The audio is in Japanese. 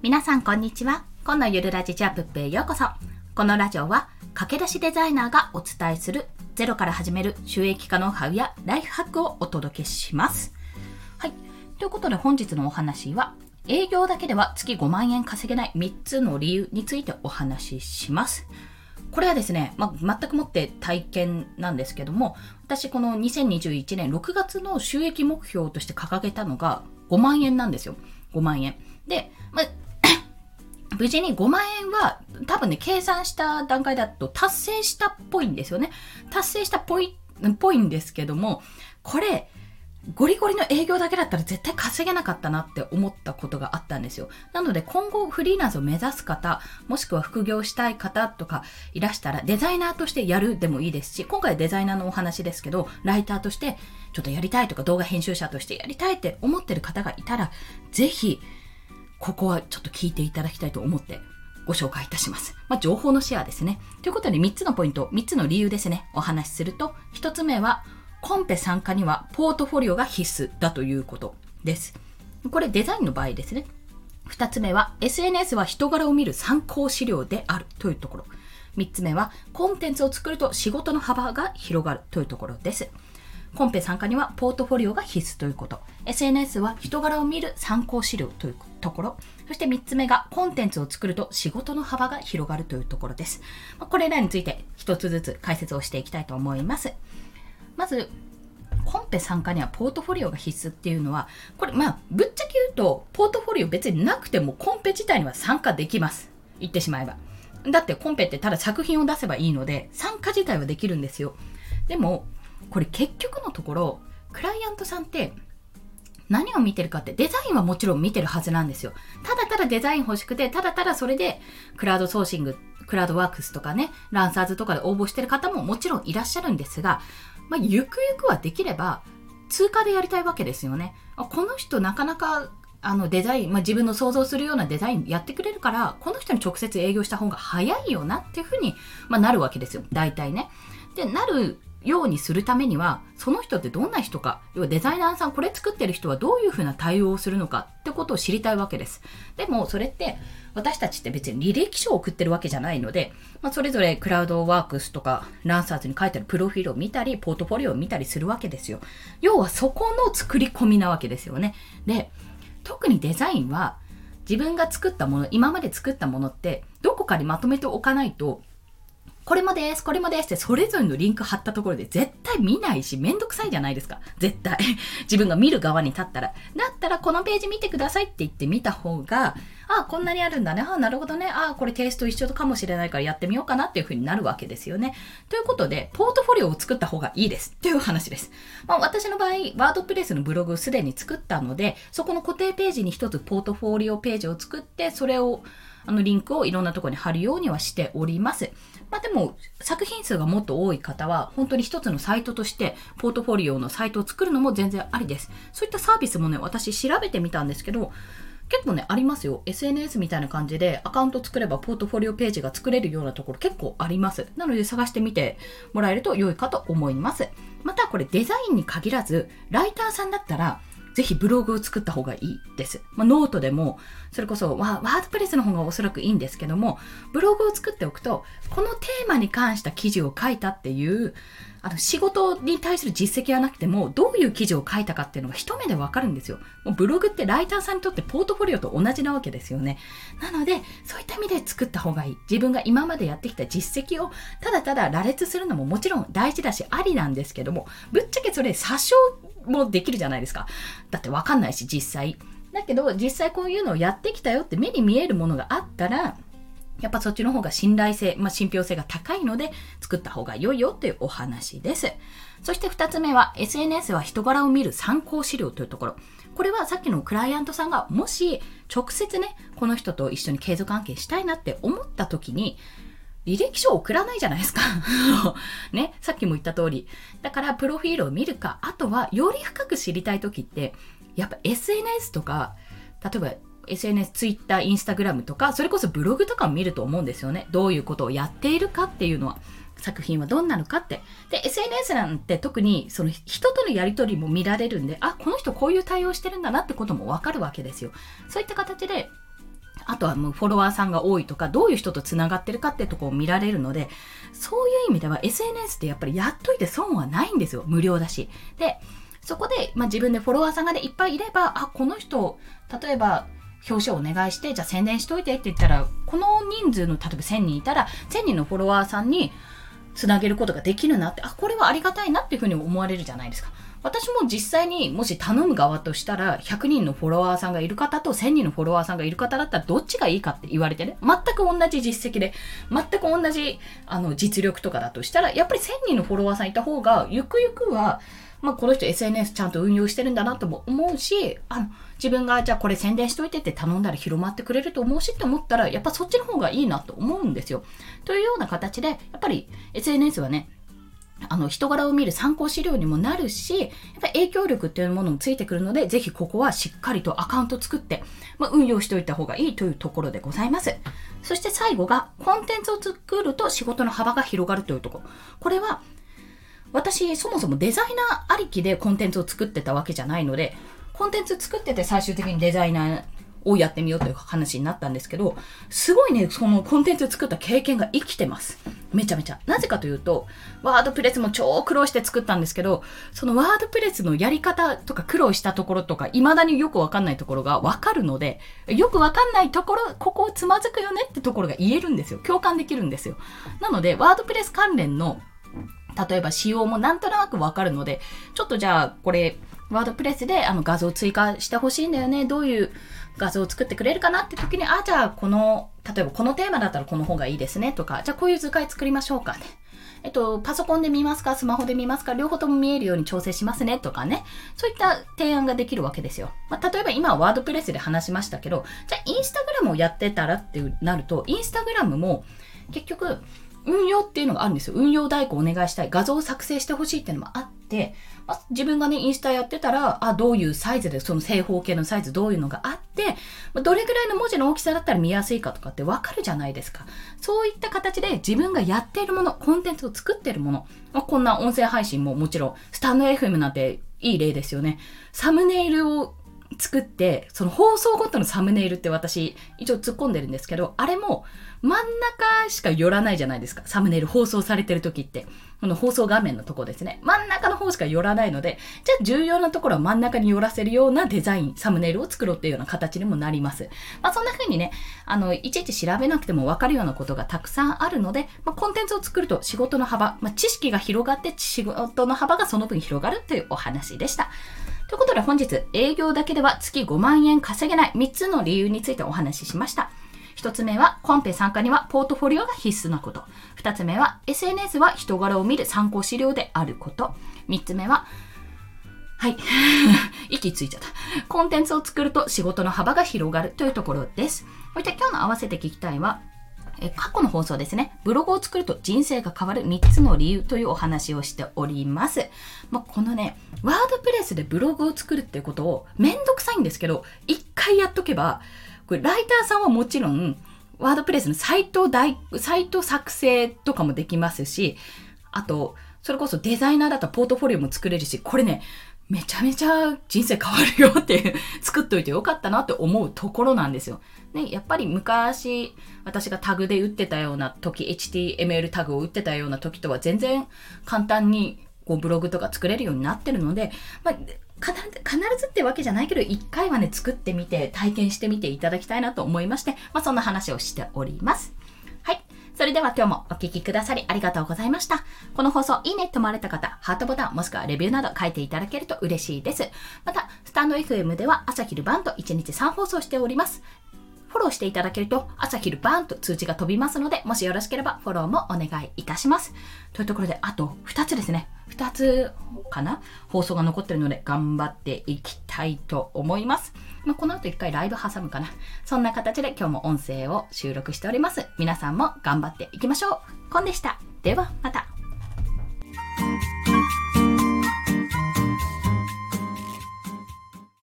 皆さんこんにちは。今のゆるラジチャップップへようこそ。このラジオは駆け出しデザイナーがお伝えするゼロから始める収益化ノウハウやライフハックをお届けします。はい。ということで本日のお話は営業だけでは月5万円稼げない3つの理由についてお話しします。これはですね、全くもって体験なんですけども、私この2021年6月の収益目標として掲げたのが5万円なんですよ。5万円。で、無事に5万円は多分ね、計算した段階だと達成したっぽいんですよね。達成したっぽいんですけども、これ、ゴリゴリの営業だけだったら絶対稼げなかったなって思ったことがあったんですよ。なので今後フリーランスを目指す方、もしくは副業したい方とかいらしたらデザイナーとしてやるでもいいですし、今回はデザイナーのお話ですけど、ライターとしてちょっとやりたいとか動画編集者としてやりたいって思ってる方がいたら、ぜひここはちょっと聞いていただきたいと思ってご紹介いたします。情報のシェアですね。ということで3つのポイント、3つの理由ですね、お話しすると、1つ目はコンペ参加にはポートフォリオが必須だということです。これデザインの場合ですね。2つ目は SNS は人柄を見る参考資料であるというところ。3つ目はコンテンツを作ると仕事の幅が広がるというところです。コンペ参加にはポートフォリオが必須ということ。SNS は人柄を見る参考資料というところ。そして3つ目がコンテンツを作ると仕事の幅が広がるというところです。これらについて一つずつ解説をしていきたいと思います。まず、コンペ参加にはポートフォリオが必須っていうのは、これぶっちゃけ言うと、ポートフォリオ別になくてもコンペ自体には参加できます。言ってしまえば。だってコンペってただ作品を出せばいいので、参加自体はできるんですよ。でも、これ結局のところ、クライアントさんって何を見てるかって、デザインはもちろん見てるはずなんですよ。ただただデザイン欲しくて、ただただそれでクラウドソーシング、クラウドワークスとかね、ランサーズとかで応募してる方ももちろんいらっしゃるんですが、ゆくゆくはできれば通過でやりたいわけですよね。この人なかなかデザイン、自分の想像するようなデザインやってくれるから、この人に直接営業した方が早いよなっていうふうに、なるわけですよ。大体ね。で、なるようにするためには、その人ってどんな人か、要はデザイナーさん、これ作ってる人はどういうふうな対応をするのかってことを知りたいわけです。でもそれって私たちって別に履歴書を送ってるわけじゃないので、それぞれクラウドワークスとかランサーズに書いてあるプロフィールを見たり、ポートフォリオを見たりするわけですよ。要はそこの作り込みなわけですよね。で、特にデザインは自分が作ったもの、今まで作ったものってどこかにまとめておかないと、これもです、これもですってそれぞれのリンク貼ったところで絶対見ないし、めんどくさいじゃないですか。絶対。自分が見る側に立ったら。だったらこのページ見てくださいって言って見た方が、こんなにあるんだね。なるほどね。これテイスト一緒かもしれないからやってみようかなっていう風になるわけですよね。ということで、ポートフォリオを作った方がいいですっていう話です。私の場合、ワードプレスのブログをすでに作ったので、そこの固定ページに一つポートフォリオページを作って、それをリンクをいろんなところに貼るようにはしております。でも作品数がもっと多い方は本当に一つのサイトとしてポートフォリオのサイトを作るのも全然ありです。そういったサービスもね、私調べてみたんですけど、結構ねありますよ。 SNS みたいな感じでアカウント作ればポートフォリオページが作れるようなところ結構あります。なので探してみてもらえると良いかと思います。またこれデザインに限らず、ライターさんだったらぜひブログを作った方がいいです。ノートでも、それこそワードプレスの方がおそらくいいんですけども、ブログを作っておくと、このテーマに関した記事を書いたっていう、仕事に対する実績はなくても、どういう記事を書いたかっていうのが一目でわかるんですよ。もうブログってライターさんにとってポートフォリオと同じなわけですよね。なので、そういった意味で作った方がいい。自分が今までやってきた実績をただただ羅列するのももちろん大事だし、ありなんですけども、ぶっちゃけそれ詐称もできるじゃないですか。だってわかんないし、実際。だけど、実際こういうのをやってきたよって目に見えるものがあったら、やっぱそっちの方が信頼性、信憑性が高いので作った方が良いよというお話です。そして2つ目は SNS は人柄を見る参考資料というところ。これはさっきのクライアントさんがもし直接ね、この人と一緒に継続関係したいなって思った時に、履歴書を送らないじゃないですか。ね、さっきも言った通り。だから、プロフィールを見るか、あとは、より深く知りたいときって、やっぱ SNS とか、例えば SNS、Twitter、Instagram とか、それこそブログとかを見ると思うんですよね。どういうことをやっているかっていうのは。作品はどんなのかって。で、SNS なんて特にその人とのやりとりも見られるんで、この人こういう対応してるんだなってこともわかるわけですよ。そういった形で、 あとはもうフォロワーさんが多いとか、どういう人と繋がってるかってとこを見られるので、そういう意味では SNS ってやっぱりやっといて損はないんですよ。無料だし。で、そこで、自分でフォロワーさんがね、いっぱいいれば、この人、例えば、表紙をお願いして、じゃあ宣伝しといてって言ったら、この人数の、例えば1000人いたら、1000人のフォロワーさんにつなげることができるなって、これはありがたいなっていうふうに思われるじゃないですか。私も実際にもし頼む側としたら、100人のフォロワーさんがいる方と1000人のフォロワーさんがいる方だったらどっちがいいかって言われてね、全く同じ実績で、全く同じ実力とかだとしたら、やっぱり1000人のフォロワーさんいた方が、ゆくゆくは、この人 SNS ちゃんと運用してるんだなとも思うし、自分がじゃあこれ宣伝しといてって頼んだら広まってくれると思うしって思ったら、やっぱそっちの方がいいなと思うんですよ。というような形で、やっぱり SNS はね、人柄を見る参考資料にもなるし、やっぱり影響力っていうものもついてくるので、ぜひここはしっかりとアカウント作って、運用しておいた方がいいというところでございます。そして最後が、コンテンツを作ると仕事の幅が広がるというところ。これは、私、そもそもデザイナーありきでコンテンツを作ってたわけじゃないので、コンテンツ作ってて最終的にデザイナーをやってみようという話になったんですけど、すごいね、そのコンテンツ作った経験が生きてます。めちゃめちゃ。なぜかというと、ワードプレスも超苦労して作ったんですけど、そのワードプレスのやり方とか苦労したところとか、未だによくわかんないところがわかるので、よくわかんないところ、ここをつまずくよねってところが言えるんですよ。共感できるんですよ。なので、ワードプレス関連の例えば仕様もなんとなくわかるので、ちょっとじゃあこれワードプレスで画像追加してほしいんだよね。どういう画像を作ってくれるかなって時に、じゃあ例えばこのテーマだったらこの方がいいですねとか、じゃあこういう図解作りましょうかね。パソコンで見ますかスマホで見ますか両方とも見えるように調整しますねとかね。そういった提案ができるわけですよ。例えば今はワードプレスで話しましたけど、じゃあインスタグラムをやってたらってなると、インスタグラムも結局、運用っていうのがあるんですよ。運用代行お願いしたい。画像を作成してほしいっていうのもあって、自分がね、インスタやってたら、どういうサイズで、その正方形のサイズどういうのがあって、どれぐらいの文字の大きさだったら見やすいかとかってわかるじゃないですか。そういった形で自分がやっているもの、コンテンツを作っているもの、こんな音声配信ももちろん、スタンド FM なんていい例ですよね。サムネイルを作って、その放送ごとのサムネイルって私、一応突っ込んでるんですけど、あれも真ん中しか寄らないじゃないですか。サムネイル放送されてる時って。この放送画面のとこですね。真ん中の方しか寄らないので、じゃあ重要なところは真ん中に寄らせるようなデザイン、サムネイルを作ろうっていうような形にもなります。そんな風にね、いちいち調べなくてもわかるようなことがたくさんあるので、コンテンツを作ると仕事の幅、知識が広がって仕事の幅がその分広がるというお話でした。ということで本日、営業だけでは月5万円稼げない3つの理由についてお話ししました。1つ目は、コンペ参加にはポートフォリオが必須なこと。2つ目は、SNS は人柄を見る参考資料であること。3つ目は、息ついちゃった。コンテンツを作ると仕事の幅が広がるというところです。そして今日の合わせて聞きたいは、過去の放送ですね。ブログを作ると人生が変わる3つの理由というお話をしております。このね、ワードプレスでブログを作るっていうことをめんどくさいんですけど、一回やっとけば、これライターさんはもちろん、ワードプレスのサイト作成とかもできますし、あと、それこそデザイナーだったらポートフォリオも作れるし、これね、めちゃめちゃ人生変わるよっていう作っといてよかったなって思うところなんですよ。で、やっぱり昔私がタグで打ってたような時、HTML タグを打ってたような時とは全然簡単にブログとか作れるようになってるので、必ずってわけじゃないけど、一回はね、作ってみて体験してみていただきたいなと思いまして、そんな話をしております。はい。それでは今日もお聞きくださりありがとうございました。この放送いいねと思われた方、ハートボタンもしくはレビューなど書いていただけると嬉しいです。また、スタンド FM では朝昼晩と1日3放送しております。フォローしていただけると朝昼晩と通知が飛びますので、もしよろしければフォローもお願いいたします。というところで、あと2つですね。2つかな放送が残ってるので頑張っていきたいと思います。この後1回ライブ挟むかな。そんな形で今日も音声を収録しております。皆さんも頑張っていきましょう。コンでした。ではまた。